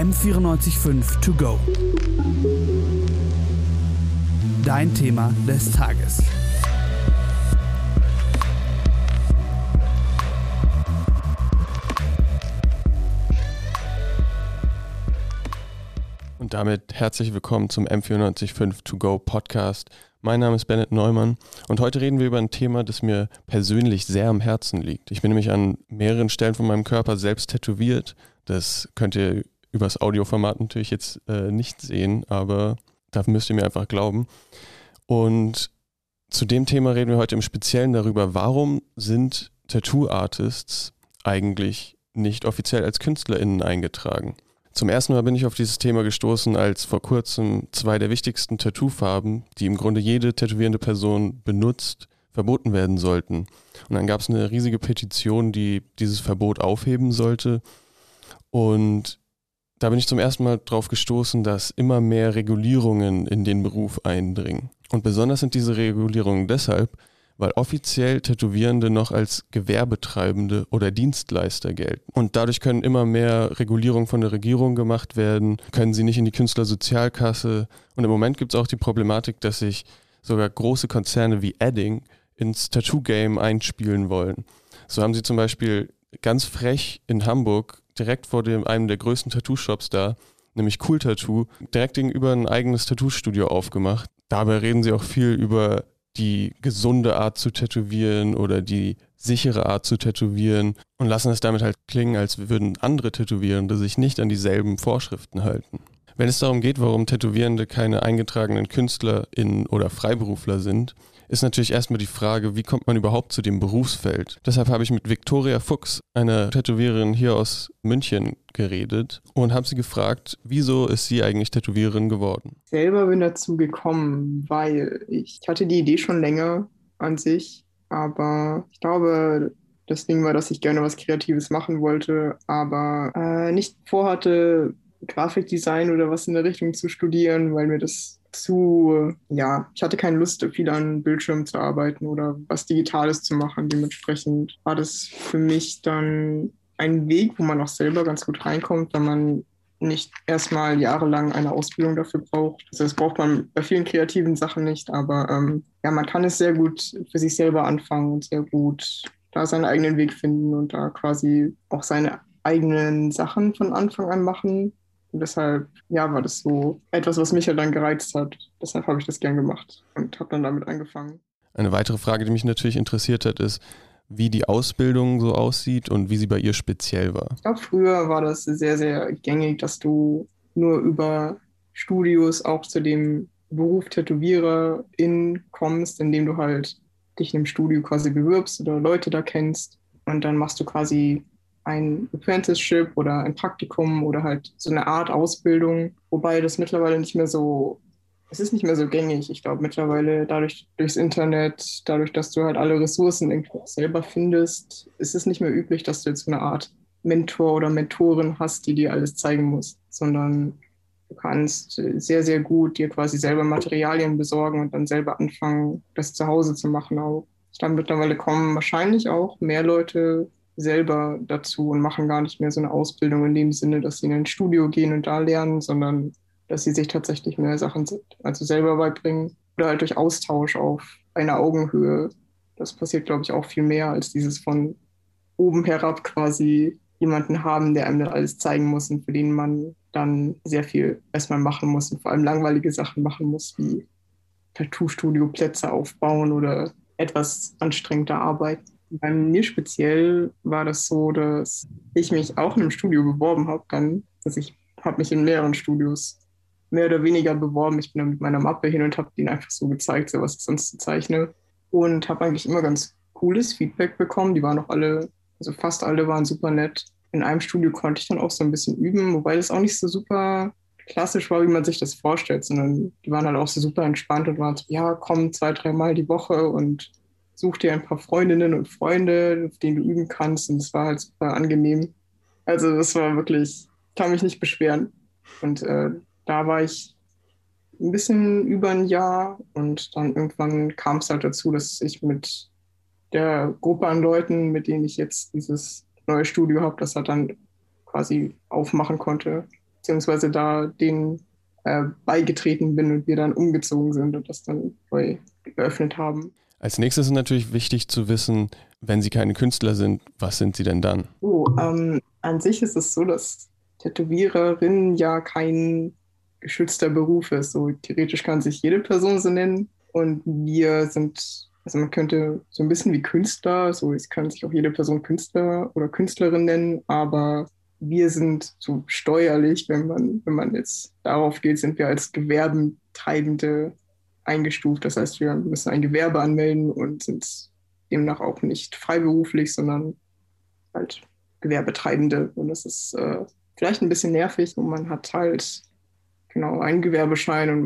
M94.5 To Go. Dein Thema des Tages. Und damit herzlich willkommen zum M94.5 To Go Podcast. Mein Name ist Bennett Neumann und heute reden wir über ein Thema, das mir persönlich sehr am Herzen liegt. Ich bin nämlich an mehreren Stellen von meinem Körper selbst tätowiert. Das könnt ihr übers Audioformat natürlich jetzt nicht sehen, aber da müsst ihr mir einfach glauben. Und zu dem Thema reden wir heute im Speziellen darüber, warum sind Tattoo-Artists eigentlich nicht offiziell als KünstlerInnen eingetragen? Zum ersten Mal bin ich auf dieses Thema gestoßen, als vor kurzem zwei der wichtigsten Tattoo-Farben, die im Grunde jede tätowierende Person benutzt, verboten werden sollten. Und dann gab es eine riesige Petition, die dieses Verbot aufheben sollte. Und da bin ich zum ersten Mal drauf gestoßen, dass immer mehr Regulierungen in den Beruf eindringen. Und besonders sind diese Regulierungen deshalb, weil offiziell Tätowierende noch als Gewerbetreibende oder Dienstleister gelten. Und dadurch können immer mehr Regulierungen von der Regierung gemacht werden, können sie nicht in die Künstlersozialkasse. Und im Moment gibt es auch die Problematik, dass sich sogar große Konzerne wie Edding ins Tattoo-Game einspielen wollen. So haben sie zum Beispiel ganz frech in Hamburg direkt vor einem der größten Tattoo-Shops da, nämlich Cool Tattoo, direkt gegenüber ein eigenes Tattoo-Studio aufgemacht. Dabei reden sie auch viel über die gesunde Art zu tätowieren oder die sichere Art zu tätowieren und lassen es damit halt klingen, als würden andere Tätowierende sich nicht an dieselben Vorschriften halten. Wenn es darum geht, warum Tätowierende keine eingetragenen KünstlerInnen oder Freiberufler sind, ist natürlich erstmal die Frage, wie kommt man überhaupt zu dem Berufsfeld? Deshalb habe ich mit Viktoria Fuchs, einer Tätowiererin hier aus München, geredet und habe sie gefragt, wieso ist sie eigentlich Tätowiererin geworden? Ich selber bin dazu gekommen, weil ich hatte die Idee schon länger an sich, aber ich glaube, das Ding war, dass ich gerne was Kreatives machen wollte, aber nicht vorhatte, Grafikdesign oder was in der Richtung zu studieren, weil mir das ich hatte keine Lust, viel an Bildschirmen zu arbeiten oder was Digitales zu machen. Dementsprechend war das für mich dann ein Weg, wo man auch selber ganz gut reinkommt, wenn man nicht erstmal jahrelang eine Ausbildung dafür braucht. Also das braucht man bei vielen kreativen Sachen nicht, aber man kann es sehr gut für sich selber anfangen und sehr gut da seinen eigenen Weg finden und da quasi auch seine eigenen Sachen von Anfang an machen. Und deshalb, war das so etwas, was mich halt dann gereizt hat. Deshalb habe ich das gern gemacht und habe dann damit angefangen. Eine weitere Frage, die mich natürlich interessiert hat, ist, wie die Ausbildung so aussieht und wie sie bei ihr speziell war. Ich glaube, früher war das sehr, sehr gängig, dass du nur über Studios auch zu dem Beruf Tätowiererin kommst, indem du halt dich in einem Studio quasi bewirbst oder Leute da kennst. Und dann machst du quasi ein Apprenticeship oder ein Praktikum oder halt so eine Art Ausbildung, wobei das mittlerweile es ist nicht mehr so gängig. Ich glaube mittlerweile durchs Internet, dadurch, dass du halt alle Ressourcen irgendwie auch selber findest, ist es nicht mehr üblich, dass du jetzt so eine Art Mentor oder Mentorin hast, die dir alles zeigen muss, sondern du kannst sehr, sehr gut dir quasi selber Materialien besorgen und dann selber anfangen, das zu Hause zu machen auch. Ich glaube, mittlerweile kommen wahrscheinlich auch mehr Leute selber dazu und machen gar nicht mehr so eine Ausbildung in dem Sinne, dass sie in ein Studio gehen und da lernen, sondern dass sie sich tatsächlich mehr Sachen also selber beibringen oder halt durch Austausch auf einer Augenhöhe. Das passiert, glaube ich, auch viel mehr als dieses von oben herab quasi jemanden haben, der einem dann alles zeigen muss und für den man dann sehr viel erstmal machen muss und vor allem langweilige Sachen machen muss, wie Tattoo-Studio-Plätze aufbauen oder etwas anstrengender arbeiten. Bei mir speziell war das so, dass ich mich auch in einem Studio beworben habe. Also ich habe mich in mehreren Studios mehr oder weniger beworben. Ich bin dann mit meiner Mappe hin und habe denen einfach so gezeigt, so was ich sonst zeichne. Und habe eigentlich immer ganz cooles Feedback bekommen. Die waren auch alle, also fast alle waren super nett. In einem Studio konnte ich dann auch so ein bisschen üben, wobei das auch nicht so super klassisch war, wie man sich das vorstellt, sondern die waren halt auch so super entspannt und waren so, ja, komm 2-3 Mal die Woche und such dir ein paar Freundinnen und Freunde, auf denen du üben kannst. Und es war halt super angenehm. Also das war wirklich, ich kann mich nicht beschweren. Und da war ich ein bisschen über ein Jahr und dann irgendwann kam es halt dazu, dass ich mit der Gruppe an Leuten, mit denen ich jetzt dieses neue Studio habe, das halt dann quasi aufmachen konnte. beziehungsweise da denen beigetreten bin und wir dann umgezogen sind und das dann neu geöffnet haben. Als nächstes ist natürlich wichtig zu wissen, wenn Sie keine Künstler sind, was sind Sie denn dann? An sich ist es so, dass Tätowiererin ja kein geschützter Beruf ist. So theoretisch kann sich jede Person so nennen. Und wir sind, also man könnte so ein bisschen wie Künstler, so es kann sich auch jede Person Künstler oder Künstlerin nennen, aber wir sind so steuerlich, wenn man jetzt darauf geht, sind wir als Gewerbentreibende eingestuft. Das heißt, wir müssen ein Gewerbe anmelden und sind demnach auch nicht freiberuflich, sondern halt Gewerbetreibende. Und das ist vielleicht ein bisschen nervig und man hat halt genau einen Gewerbeschein und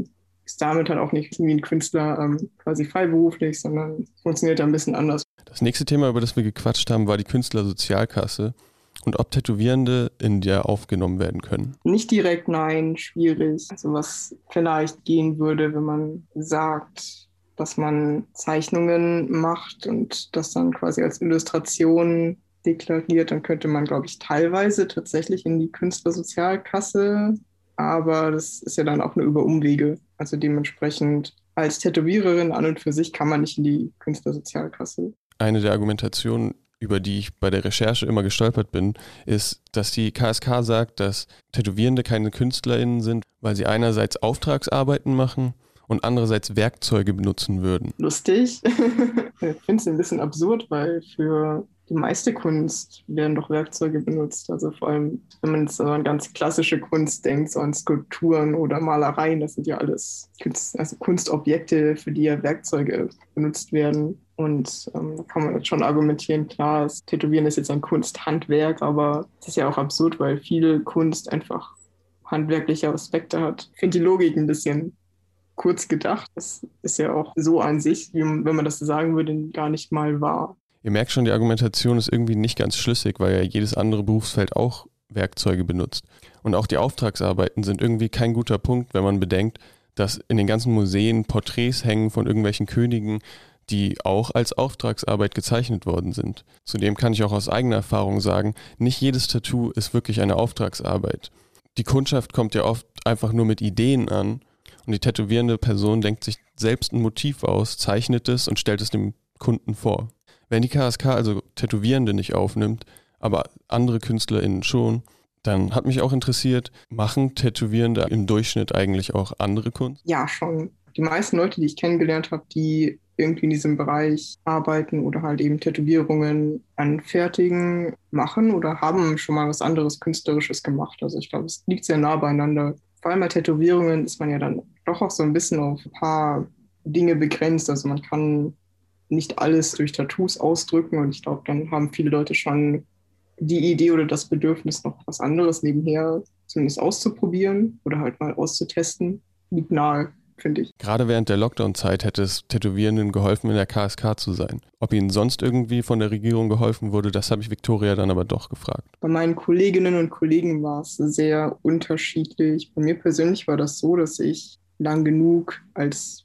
ist damit halt auch nicht wie ein Künstler quasi freiberuflich, sondern funktioniert da ein bisschen anders. Das nächste Thema, über das wir gequatscht haben, war die Künstlersozialkasse und ob Tätowierende in der aufgenommen werden können. Nicht direkt, nein, schwierig. Also was vielleicht gehen würde, wenn man sagt, dass man Zeichnungen macht und das dann quasi als Illustration deklariert, dann könnte man, glaube ich, teilweise tatsächlich in die Künstlersozialkasse, aber das ist ja dann auch nur über Umwege. Also dementsprechend als Tätowiererin an und für sich kann man nicht in die Künstlersozialkasse. Eine der Argumentationen, über die ich bei der Recherche immer gestolpert bin, ist, dass die KSK sagt, dass Tätowierende keine KünstlerInnen sind, weil sie einerseits Auftragsarbeiten machen und andererseits Werkzeuge benutzen würden. Lustig. Ich finde es ein bisschen absurd, weil für die meiste Kunst werden doch Werkzeuge benutzt. Also vor allem, wenn man jetzt so an ganz klassische Kunst denkt, so an Skulpturen oder Malereien, das sind ja alles Kunstobjekte, für die ja Werkzeuge benutzt werden. Und da kann man jetzt schon argumentieren, klar, das Tätowieren ist jetzt ein Kunsthandwerk, aber es ist ja auch absurd, weil viel Kunst einfach handwerkliche Aspekte hat. Ich finde die Logik ein bisschen kurz gedacht. Das ist ja auch so an sich, wie wenn man das sagen würde, gar nicht mal wahr. Ihr merkt schon, die Argumentation ist irgendwie nicht ganz schlüssig, weil ja jedes andere Berufsfeld auch Werkzeuge benutzt. Und auch die Auftragsarbeiten sind irgendwie kein guter Punkt, wenn man bedenkt, dass in den ganzen Museen Porträts hängen von irgendwelchen Königen, die auch als Auftragsarbeit gezeichnet worden sind. Zudem kann ich auch aus eigener Erfahrung sagen, nicht jedes Tattoo ist wirklich eine Auftragsarbeit. Die Kundschaft kommt ja oft einfach nur mit Ideen an und die tätowierende Person denkt sich selbst ein Motiv aus, zeichnet es und stellt es dem Kunden vor. Wenn die KSK also Tätowierende nicht aufnimmt, aber andere KünstlerInnen schon, dann hat mich auch interessiert, machen Tätowierende im Durchschnitt eigentlich auch andere Kunst? Ja, schon. Die meisten Leute, die ich kennengelernt habe, die irgendwie in diesem Bereich arbeiten oder halt eben Tätowierungen anfertigen, machen oder haben schon mal was anderes Künstlerisches gemacht. Also ich glaube, es liegt sehr nah beieinander. Vor allem bei Tätowierungen ist man ja dann doch auch so ein bisschen auf ein paar Dinge begrenzt. Also man kann nicht alles durch Tattoos ausdrücken und ich glaube, dann haben viele Leute schon die Idee oder das Bedürfnis, noch was anderes nebenher zumindest auszuprobieren oder halt mal auszutesten. Liegt nahe, finde ich. Gerade während der Lockdown-Zeit hätte es Tätowierenden geholfen, in der KSK zu sein. Ob ihnen sonst irgendwie von der Regierung geholfen wurde, das habe ich Viktoria dann aber doch gefragt. Bei meinen Kolleginnen und Kollegen war es sehr unterschiedlich. Bei mir persönlich war das so, dass ich lang genug als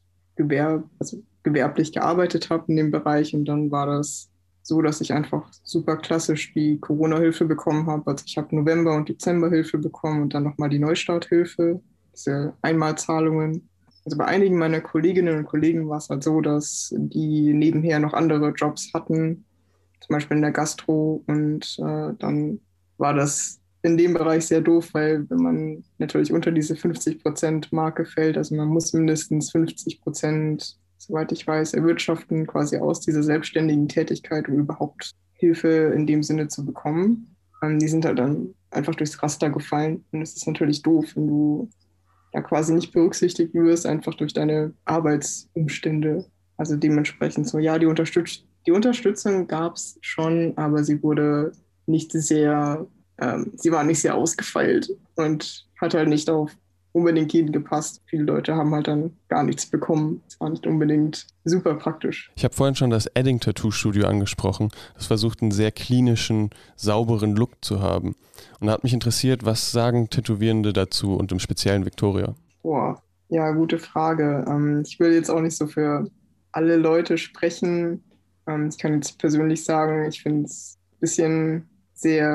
gewerblich gearbeitet habe in dem Bereich und dann war das so, dass ich einfach super klassisch die Corona-Hilfe bekommen habe. Also ich habe November- und Dezember-Hilfe bekommen und dann nochmal die Neustarthilfe, diese Einmalzahlungen. Also bei einigen meiner Kolleginnen und Kollegen war es halt so, dass die nebenher noch andere Jobs hatten, zum Beispiel in der Gastro und dann war das in dem Bereich sehr doof, weil wenn man natürlich unter diese 50%-Marke fällt, also man muss mindestens 50%, soweit ich weiß, erwirtschaften quasi aus dieser selbstständigen Tätigkeit, um überhaupt Hilfe in dem Sinne zu bekommen. Die sind halt dann einfach durchs Raster gefallen und es ist natürlich doof, wenn du da quasi nicht berücksichtigt wirst, einfach durch deine Arbeitsumstände. Also dementsprechend so, ja, die Unterstützung gab es schon, aber sie wurde nicht sehr, sie war nicht sehr ausgefeilt und hat halt nicht auf unbedingt jeden gepasst. Viele Leute haben halt dann gar nichts bekommen. Es war nicht unbedingt super praktisch. Ich habe vorhin schon das Edding-Tattoo-Studio angesprochen. Das versucht, einen sehr klinischen, sauberen Look zu haben. Und da hat mich interessiert, was sagen Tätowierende dazu und im speziellen Viktoria? Boah, ja, gute Frage. Ich will jetzt auch nicht so für alle Leute sprechen. Ich kann jetzt persönlich sagen, ich finde es ein bisschen sehr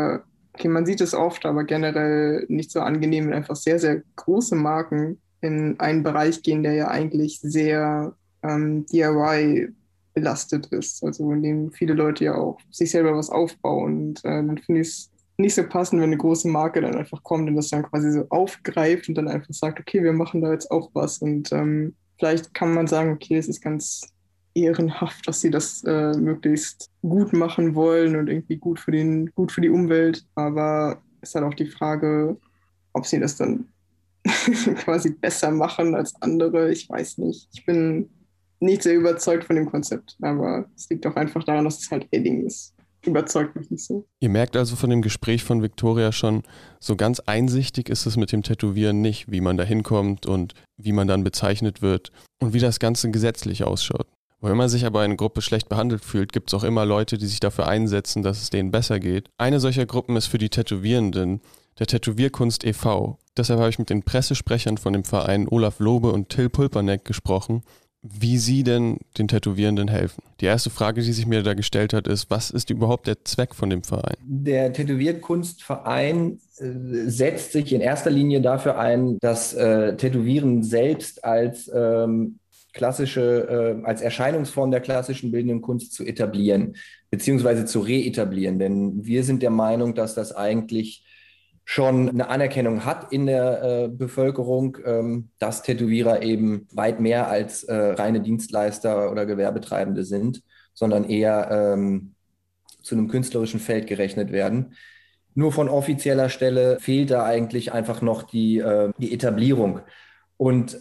Okay, man sieht es oft, aber generell nicht so angenehm, wenn einfach sehr, sehr große Marken in einen Bereich gehen, der ja eigentlich sehr DIY belastet ist. Also in dem viele Leute ja auch sich selber was aufbauen. Und dann finde ich es nicht so passend, wenn eine große Marke dann einfach kommt und das dann quasi so aufgreift und dann einfach sagt, okay, wir machen da jetzt auch was. Und vielleicht kann man sagen, okay, es ist ganz ehrenhaft, dass sie das möglichst gut machen wollen und irgendwie gut für die Umwelt. Aber es ist halt auch die Frage, ob sie das dann quasi besser machen als andere. Ich weiß nicht. Ich bin nicht sehr überzeugt von dem Konzept, aber es liegt auch einfach daran, dass es halt Edding ist. Überzeugt mich nicht so. Ihr merkt also von dem Gespräch von Victoria schon, so ganz einsichtig ist es mit dem Tätowieren nicht, wie man da hinkommt und wie man dann bezeichnet wird und wie das Ganze gesetzlich ausschaut. Wenn man sich aber in einer Gruppe schlecht behandelt fühlt, gibt es auch immer Leute, die sich dafür einsetzen, dass es denen besser geht. Eine solcher Gruppen ist für die Tätowierenden der Tätowierkunst e.V. Deshalb habe ich mit den Pressesprechern von dem Verein Olaf Lobe und Till Pulperneck gesprochen, wie sie denn den Tätowierenden helfen. Die erste Frage, die sich mir da gestellt hat, ist, was ist überhaupt der Zweck von dem Verein? Der Tätowierkunstverein setzt sich in erster Linie dafür ein, das Tätowieren selbst als als Erscheinungsform der klassischen bildenden Kunst zu etablieren, beziehungsweise zu reetablieren. Denn wir sind der Meinung, dass das eigentlich schon eine Anerkennung hat in der Bevölkerung, dass Tätowierer eben weit mehr als reine Dienstleister oder Gewerbetreibende sind, sondern eher zu einem künstlerischen Feld gerechnet werden. Nur von offizieller Stelle fehlt da eigentlich einfach noch die Etablierung. Und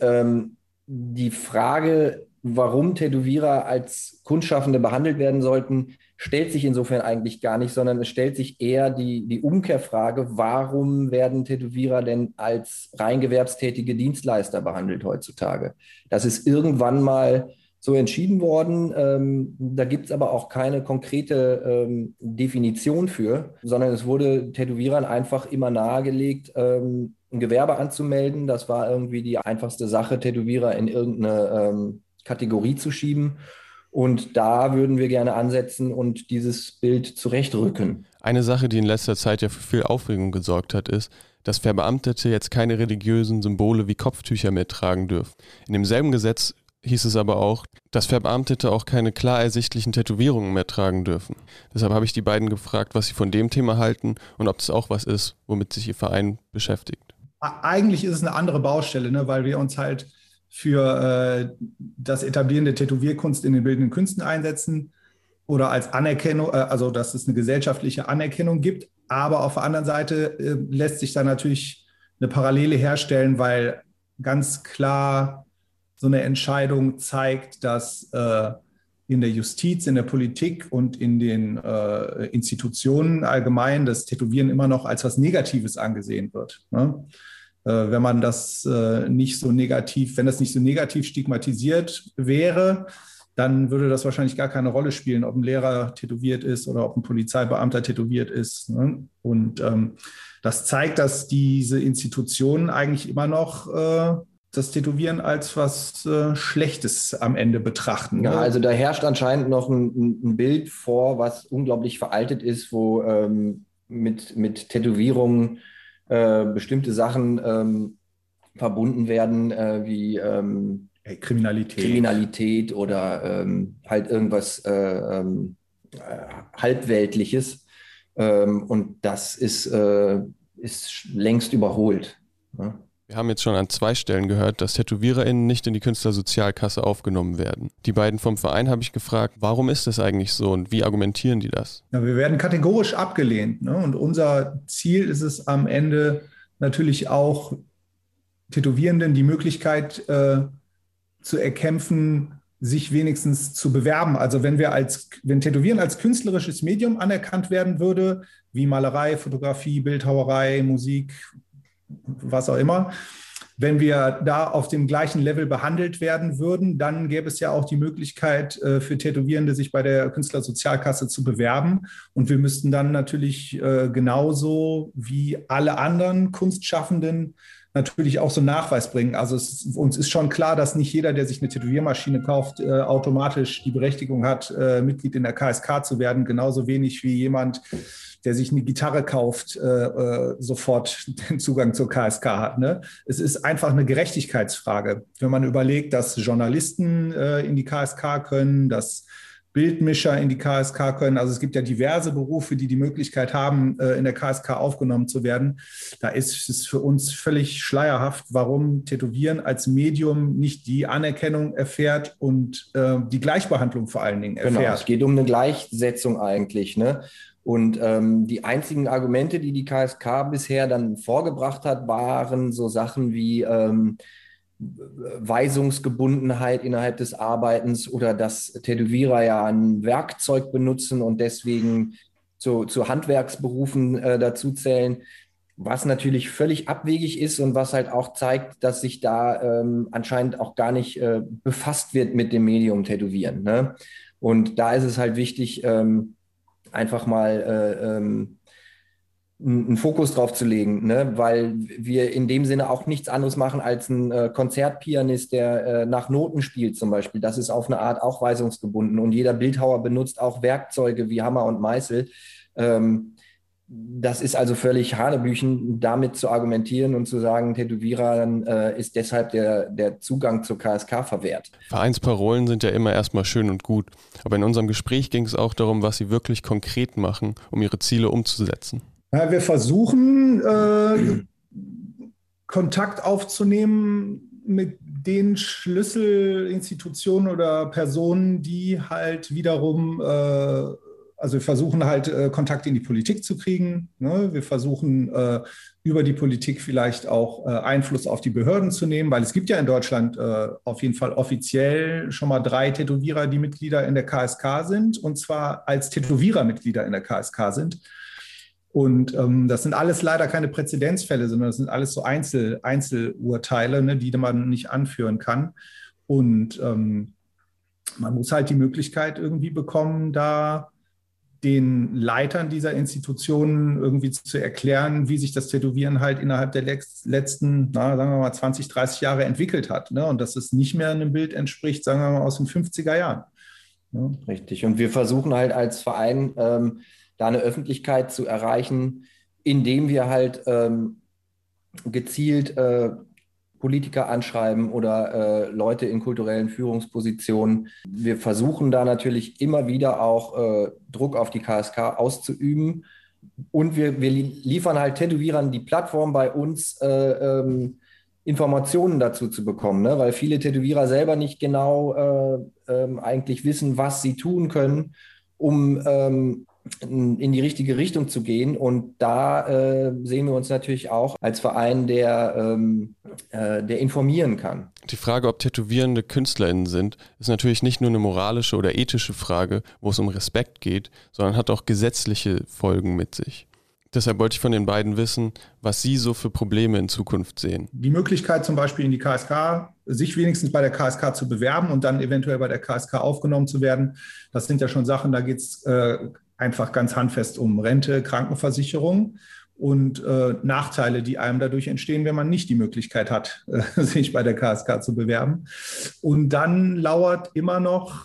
die Frage, warum Tätowierer als Kunstschaffende behandelt werden sollten, stellt sich insofern eigentlich gar nicht, sondern es stellt sich eher die Umkehrfrage, warum werden Tätowierer denn als rein gewerbstätige Dienstleister behandelt heutzutage? Das ist irgendwann mal so entschieden worden. Da gibt es aber auch keine konkrete Definition für, sondern es wurde Tätowierern einfach immer nahegelegt, ein Gewerbe anzumelden. Das war irgendwie die einfachste Sache, Tätowierer in irgendeine Kategorie zu schieben. Und da würden wir gerne ansetzen und dieses Bild zurechtrücken. Eine Sache, die in letzter Zeit ja für viel Aufregung gesorgt hat, ist, dass Verbeamtete jetzt keine religiösen Symbole wie Kopftücher mehr tragen dürfen. In demselben Gesetz hieß es aber auch, dass Verbeamtete auch keine klar ersichtlichen Tätowierungen mehr tragen dürfen. Deshalb habe ich die beiden gefragt, was sie von dem Thema halten und ob das auch was ist, womit sich ihr Verein beschäftigt. Eigentlich ist es eine andere Baustelle, ne, weil wir uns halt für das Etablieren der Tätowierkunst in den bildenden Künsten einsetzen oder als Anerkennung, also dass es eine gesellschaftliche Anerkennung gibt. Aber auf der anderen Seite lässt sich da natürlich eine Parallele herstellen, weil ganz klar so eine Entscheidung zeigt, dass in der Justiz, in der Politik und in den Institutionen allgemein das Tätowieren immer noch als was Negatives angesehen wird. Ne? Wenn man das nicht so negativ, wenn das nicht so negativ stigmatisiert wäre, dann würde das wahrscheinlich gar keine Rolle spielen, ob ein Lehrer tätowiert ist oder ob ein Polizeibeamter tätowiert ist. Ne? Und das zeigt, dass diese Institutionen eigentlich immer noch das Tätowieren als was Schlechtes am Ende betrachten. Ja, Ne? also da herrscht anscheinend noch ein Bild vor, was unglaublich veraltet ist, wo mit Tätowierungen bestimmte Sachen verbunden werden, wie Kriminalität oder halt irgendwas Halbweltliches. Und das ist längst überholt. Ne? Wir haben jetzt schon an 2 Stellen gehört, dass TätowiererInnen nicht in die Künstlersozialkasse aufgenommen werden. Die beiden vom Verein habe ich gefragt, warum ist das eigentlich so und wie argumentieren die das? Ja, wir werden kategorisch abgelehnt. Ne? Und unser Ziel ist es am Ende natürlich auch, Tätowierenden die Möglichkeit zu erkämpfen, sich wenigstens zu bewerben. Also wenn Tätowieren als künstlerisches Medium anerkannt werden würde, wie Malerei, Fotografie, Bildhauerei, Musik, was auch immer, wenn wir da auf dem gleichen Level behandelt werden würden, dann gäbe es ja auch die Möglichkeit für Tätowierende, sich bei der Künstlersozialkasse zu bewerben. Und wir müssten dann natürlich genauso wie alle anderen Kunstschaffenden natürlich auch so einen Nachweis bringen. Also uns ist schon klar, dass nicht jeder, der sich eine Tätowiermaschine kauft, automatisch die Berechtigung hat, Mitglied in der KSK zu werden. Genauso wenig wie jemand, der sich eine Gitarre kauft, sofort den Zugang zur KSK hat. Ne? Es ist einfach eine Gerechtigkeitsfrage. Wenn man überlegt, dass Journalisten in die KSK können, dass Bildmischer in die KSK können. Also es gibt ja diverse Berufe, die die Möglichkeit haben, in der KSK aufgenommen zu werden. Da ist es für uns völlig schleierhaft, warum Tätowieren als Medium nicht die Anerkennung erfährt und die Gleichbehandlung vor allen Dingen erfährt. Genau, es geht um eine Gleichsetzung eigentlich, ne? Und die einzigen Argumente, die die KSK bisher dann vorgebracht hat, waren so Sachen wie Weisungsgebundenheit innerhalb des Arbeitens oder dass Tätowierer ja ein Werkzeug benutzen und deswegen zu Handwerksberufen dazu zählen, was natürlich völlig abwegig ist und was halt auch zeigt, dass sich da anscheinend auch gar nicht befasst wird mit dem Medium Tätowieren. Ne? Und da ist es halt wichtig, einfach mal einen Fokus drauf zu legen, ne? Weil wir in dem Sinne auch nichts anderes machen als ein Konzertpianist, der nach Noten spielt zum Beispiel. Das ist auf eine Art auch weisungsgebunden und jeder Bildhauer benutzt auch Werkzeuge wie Hammer und Meißel. Das ist also völlig Hanebüchen, damit zu argumentieren und zu sagen, Tätowierern ist deshalb der Zugang zur KSK verwehrt. Vereinsparolen sind ja immer erstmal schön und gut, aber in unserem Gespräch ging es auch darum, was sie wirklich konkret machen, um ihre Ziele umzusetzen. Ja, wir versuchen, Kontakt aufzunehmen mit den Schlüsselinstitutionen oder Personen, die halt wiederum, also wir versuchen halt Kontakt in die Politik zu kriegen. Ne? Wir versuchen über die Politik vielleicht auch Einfluss auf die Behörden zu nehmen, weil es gibt ja in Deutschland auf jeden Fall offiziell schon mal 3 Tätowierer, die Mitglieder in der KSK sind, und zwar als Tätowierer Mitglieder in der KSK sind. Und das sind alles leider keine Präzedenzfälle, sondern das sind alles so Einzelurteile, ne, die man nicht anführen kann. Und man muss halt die Möglichkeit irgendwie bekommen, da den Leitern dieser Institutionen irgendwie zu erklären, wie sich das Tätowieren halt innerhalb der letzten, sagen wir mal, 20, 30 Jahre entwickelt hat. Ne? Und dass es nicht mehr einem Bild entspricht, sagen wir mal, aus den 50er Jahren. Ja. Richtig. Und wir versuchen halt als Verein, da eine Öffentlichkeit zu erreichen, indem wir halt gezielt Politiker anschreiben oder Leute in kulturellen Führungspositionen. Wir versuchen da natürlich immer wieder auch Druck auf die KSK auszuüben. Und wir liefern halt Tätowierern die Plattform bei uns, Informationen dazu zu bekommen, ne? Weil viele Tätowierer selber nicht genau eigentlich wissen, was sie tun können, um in die richtige Richtung zu gehen. Und da sehen wir uns natürlich auch als Verein, der informieren kann. Die Frage, ob Tätowierende KünstlerInnen sind, ist natürlich nicht nur eine moralische oder ethische Frage, wo es um Respekt geht, sondern hat auch gesetzliche Folgen mit sich. Deshalb wollte ich von den beiden wissen, was sie so für Probleme in Zukunft sehen. Die Möglichkeit zum Beispiel in die KSK, sich wenigstens bei der KSK zu bewerben und dann eventuell bei der KSK aufgenommen zu werden, das sind ja schon Sachen, da geht es einfach ganz handfest um Rente, Krankenversicherung und Nachteile, die einem dadurch entstehen, wenn man nicht die Möglichkeit hat, sich bei der KSK zu bewerben. Und dann lauert immer noch,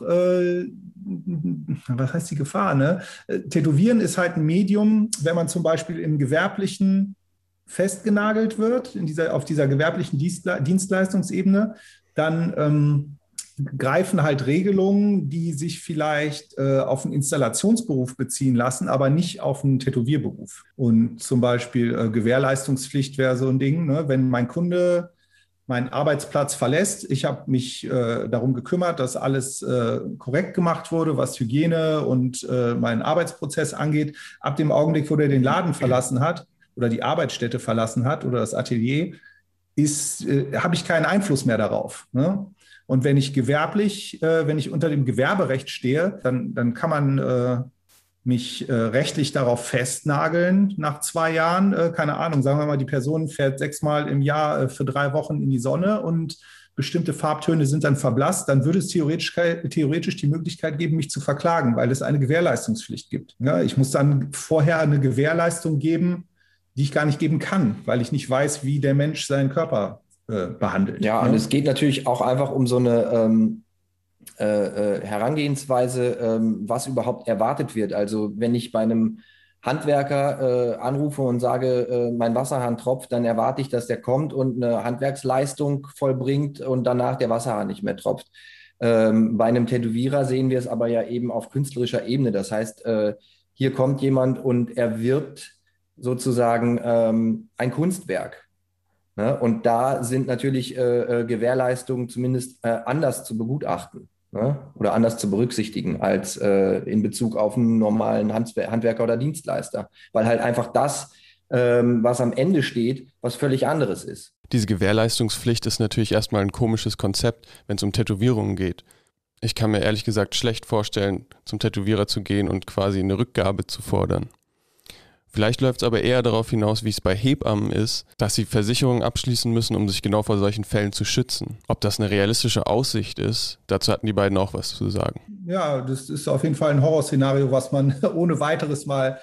was heißt die Gefahr? Ne? Tätowieren ist halt ein Medium, wenn man zum Beispiel im Gewerblichen festgenagelt wird, auf dieser gewerblichen Dienstleistungsebene, dann greifen halt Regelungen, die sich vielleicht auf einen Installationsberuf beziehen lassen, aber nicht auf einen Tätowierberuf. Und zum Beispiel Gewährleistungspflicht wäre so ein Ding, ne? Wenn mein Kunde meinen Arbeitsplatz verlässt, ich habe mich darum gekümmert, dass alles korrekt gemacht wurde, was Hygiene und meinen Arbeitsprozess angeht. Ab dem Augenblick, wo der den Laden verlassen hat oder die Arbeitsstätte verlassen hat oder das Atelier, habe ich keinen Einfluss mehr darauf, ne? Und wenn ich wenn ich unter dem Gewerberecht stehe, dann kann man mich rechtlich darauf festnageln nach 2 Jahren. Keine Ahnung, sagen wir mal, die Person fährt 6-mal im Jahr für 3 Wochen in die Sonne und bestimmte Farbtöne sind dann verblasst, dann würde es theoretisch die Möglichkeit geben, mich zu verklagen, weil es eine Gewährleistungspflicht gibt. Ja, ich muss dann vorher eine Gewährleistung geben, die ich gar nicht geben kann, weil ich nicht weiß, wie der Mensch seinen Körper behandelt. Ja, Ne? und es geht natürlich auch einfach um so eine Herangehensweise, was überhaupt erwartet wird. Also wenn ich bei einem Handwerker anrufe und sage, mein Wasserhahn tropft, dann erwarte ich, dass der kommt und eine Handwerksleistung vollbringt und danach der Wasserhahn nicht mehr tropft. Bei einem Tätowierer sehen wir es aber ja eben auf künstlerischer Ebene. Das heißt, hier kommt jemand und erwirbt sozusagen ein Kunstwerk. Ne? Und da sind natürlich Gewährleistungen zumindest anders zu begutachten, ne? Oder anders zu berücksichtigen als in Bezug auf einen normalen Handwerker oder Dienstleister. Weil halt einfach das, was am Ende steht, was völlig anderes ist. Diese Gewährleistungspflicht ist natürlich erstmal ein komisches Konzept, wenn es um Tätowierungen geht. Ich kann mir ehrlich gesagt schlecht vorstellen, zum Tätowierer zu gehen und quasi eine Rückgabe zu fordern. Vielleicht läuft es aber eher darauf hinaus, wie es bei Hebammen ist, dass sie Versicherungen abschließen müssen, um sich genau vor solchen Fällen zu schützen. Ob das eine realistische Aussicht ist, dazu hatten die beiden auch was zu sagen. Ja, das ist auf jeden Fall ein Horrorszenario, was man ohne weiteres mal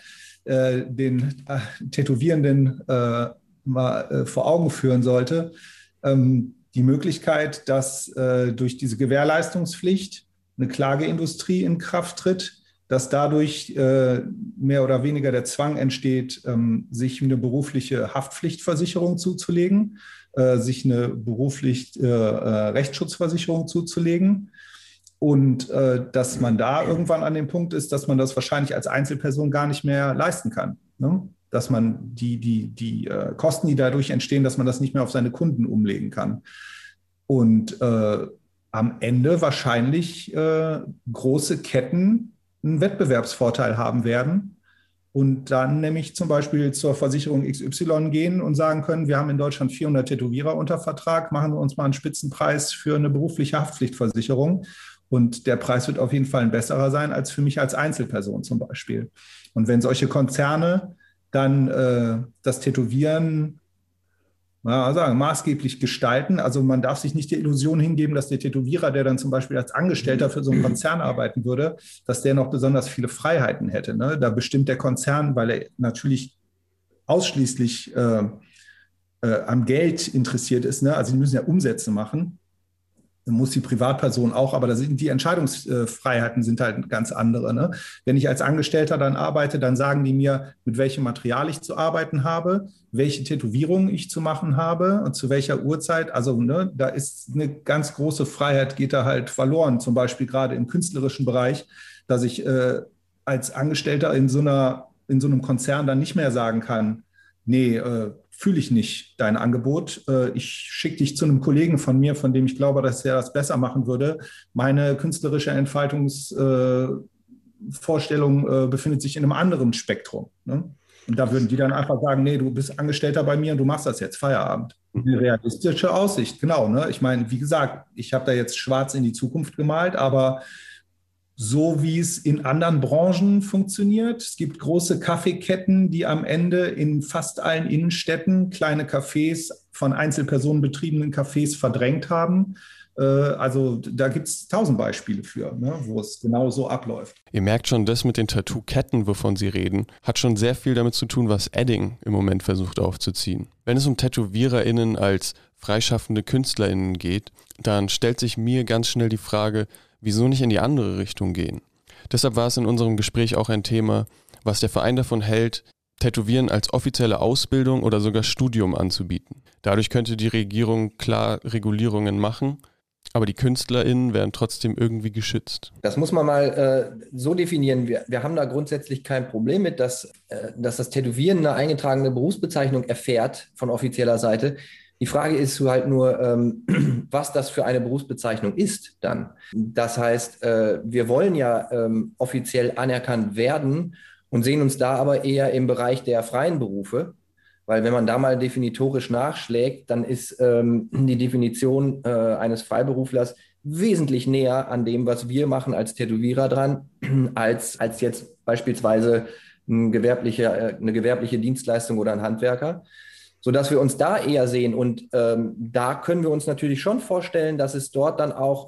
den Tätowierenden mal vor Augen führen sollte. Die Möglichkeit, dass durch diese Gewährleistungspflicht eine Klageindustrie in Kraft tritt, dass dadurch mehr oder weniger der Zwang entsteht, sich eine berufliche Haftpflichtversicherung zuzulegen, sich eine berufliche Rechtsschutzversicherung zuzulegen und dass man da irgendwann an dem Punkt ist, dass man das wahrscheinlich als Einzelperson gar nicht mehr leisten kann. Ne? Dass man die Kosten, die dadurch entstehen, dass man das nicht mehr auf seine Kunden umlegen kann. Und am Ende wahrscheinlich große Ketten einen Wettbewerbsvorteil haben werden und dann nämlich zum Beispiel zur Versicherung XY gehen und sagen können, wir haben in Deutschland 400 Tätowierer unter Vertrag, machen wir uns mal einen Spitzenpreis für eine berufliche Haftpflichtversicherung und der Preis wird auf jeden Fall ein besserer sein als für mich als Einzelperson zum Beispiel. Und wenn solche Konzerne dann das Tätowieren maßgeblich gestalten. Also man darf sich nicht die Illusion hingeben, dass der Tätowierer, der dann zum Beispiel als Angestellter für so einen Konzern arbeiten würde, dass der noch besonders viele Freiheiten hätte. Ne? Da bestimmt der Konzern, weil er natürlich ausschließlich am Geld interessiert ist. Ne? Also die müssen ja Umsätze machen. Dann muss die Privatperson auch, aber die Entscheidungsfreiheiten sind halt ganz andere. Ne? Wenn ich als Angestellter dann arbeite, dann sagen die mir, mit welchem Material ich zu arbeiten habe, welche Tätowierungen ich zu machen habe und zu welcher Uhrzeit. Also ne, da ist eine ganz große Freiheit, geht da halt verloren. Zum Beispiel gerade im künstlerischen Bereich, dass ich als Angestellter in so einem Konzern dann nicht mehr sagen kann, nee, fühle ich nicht dein Angebot. Ich schicke dich zu einem Kollegen von mir, von dem ich glaube, dass er das besser machen würde. Meine künstlerische Entfaltungsvorstellung befindet sich in einem anderen Spektrum. Ne? Und da würden die dann einfach sagen, nee, du bist Angestellter bei mir und du machst das jetzt, Feierabend. Eine realistische Aussicht, genau. Ne? Ich meine, wie gesagt, ich habe da jetzt schwarz in die Zukunft gemalt, aber so wie es in anderen Branchen funktioniert. Es gibt große Kaffeeketten, die am Ende in fast allen Innenstädten kleine Cafés von Einzelpersonen betriebenen Cafés verdrängt haben. Also da gibt es 1000 Beispiele für, ne, wo es genau so abläuft. Ihr merkt schon, das mit den Tattoo-Ketten, wovon Sie reden, hat schon sehr viel damit zu tun, was Edding im Moment versucht aufzuziehen. Wenn es um TätowiererInnen als freischaffende KünstlerInnen geht, dann stellt sich mir ganz schnell die Frage, wieso nicht in die andere Richtung gehen? Deshalb war es in unserem Gespräch auch ein Thema, was der Verein davon hält, Tätowieren als offizielle Ausbildung oder sogar Studium anzubieten. Dadurch könnte die Regierung klar Regulierungen machen, aber die KünstlerInnen werden trotzdem irgendwie geschützt. Das muss man mal so definieren. Wir haben da grundsätzlich kein Problem mit, dass das Tätowieren eine eingetragene Berufsbezeichnung erfährt von offizieller Seite. Die Frage ist halt nur, was das für eine Berufsbezeichnung ist dann. Das heißt, wir wollen ja offiziell anerkannt werden und sehen uns da aber eher im Bereich der freien Berufe, weil wenn man da mal definitorisch nachschlägt, dann ist die Definition eines Freiberuflers wesentlich näher an dem, was wir machen als Tätowierer dran, als jetzt beispielsweise eine gewerbliche Dienstleistung oder ein Handwerker. sodass wir uns da eher sehen. Und da können wir uns natürlich schon vorstellen, dass es dort dann auch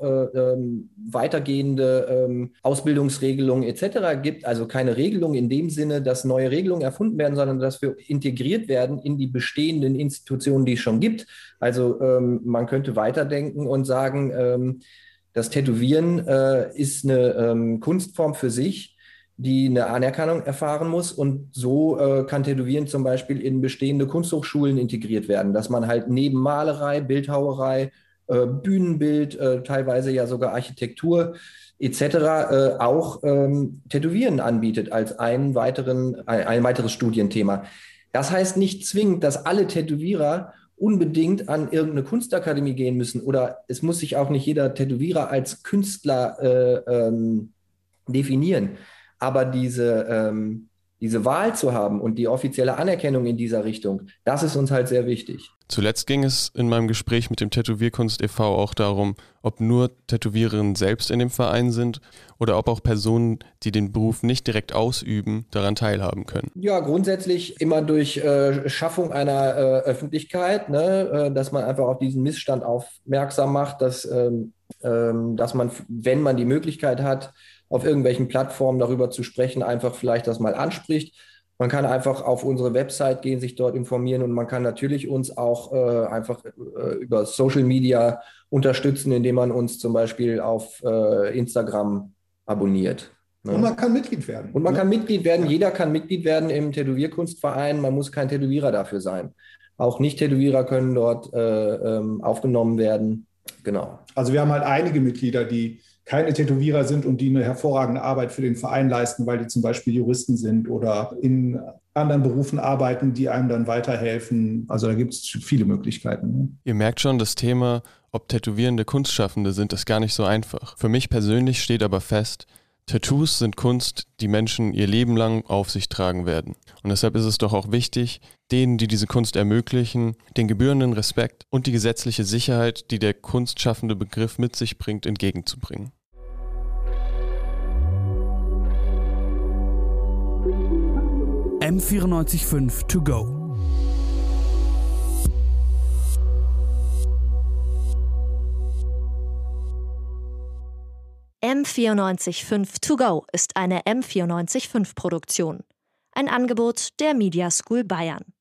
weitergehende Ausbildungsregelungen etc. gibt. Also keine Regelung in dem Sinne, dass neue Regelungen erfunden werden, sondern dass wir integriert werden in die bestehenden Institutionen, die es schon gibt. Also man könnte weiterdenken und sagen, das Tätowieren ist eine Kunstform für sich, die eine Anerkennung erfahren muss. Und so kann Tätowieren zum Beispiel in bestehende Kunsthochschulen integriert werden, dass man halt neben Malerei, Bildhauerei, Bühnenbild, teilweise ja sogar Architektur etc. Auch Tätowieren anbietet als ein weiteres Studienthema. Das heißt nicht zwingend, dass alle Tätowierer unbedingt an irgendeine Kunstakademie gehen müssen, oder es muss sich auch nicht jeder Tätowierer als Künstler definieren. Aber diese Wahl zu haben und die offizielle Anerkennung in dieser Richtung, das ist uns halt sehr wichtig. Zuletzt ging es in meinem Gespräch mit dem Tätowierkunst e.V. auch darum, ob nur Tätowiererinnen selbst in dem Verein sind oder ob auch Personen, die den Beruf nicht direkt ausüben, daran teilhaben können. Ja, grundsätzlich immer durch Schaffung einer Öffentlichkeit, ne, dass man einfach auf diesen Missstand aufmerksam macht, dass man, wenn man die Möglichkeit hat, auf irgendwelchen Plattformen darüber zu sprechen, einfach vielleicht das mal anspricht. Man kann einfach auf unsere Website gehen, sich dort informieren, und man kann natürlich uns auch einfach über Social Media unterstützen, indem man uns zum Beispiel auf Instagram abonniert. Ne? Und man kann Mitglied werden. Und man kann Mitglied werden. Ja. Jeder kann Mitglied werden im Tätowierkunstverein. Man muss kein Tätowierer dafür sein. Auch Nicht-Tätowierer können dort aufgenommen werden. Genau. Also wir haben halt einige Mitglieder, die keine Tätowierer sind und die eine hervorragende Arbeit für den Verein leisten, weil die zum Beispiel Juristen sind oder in anderen Berufen arbeiten, die einem dann weiterhelfen. Also da gibt es viele Möglichkeiten. Ne? Ihr merkt schon, das Thema, ob tätowierende Kunstschaffende sind, ist gar nicht so einfach. Für mich persönlich steht aber fest, Tattoos sind Kunst, die Menschen ihr Leben lang auf sich tragen werden. Und deshalb ist es doch auch wichtig, denen, die diese Kunst ermöglichen, den gebührenden Respekt und die gesetzliche Sicherheit, die der kunstschaffende Begriff mit sich bringt, entgegenzubringen. M94.5 to go. M94.5 to go ist eine M94.5 Produktion. Ein Angebot der Media School Bayern.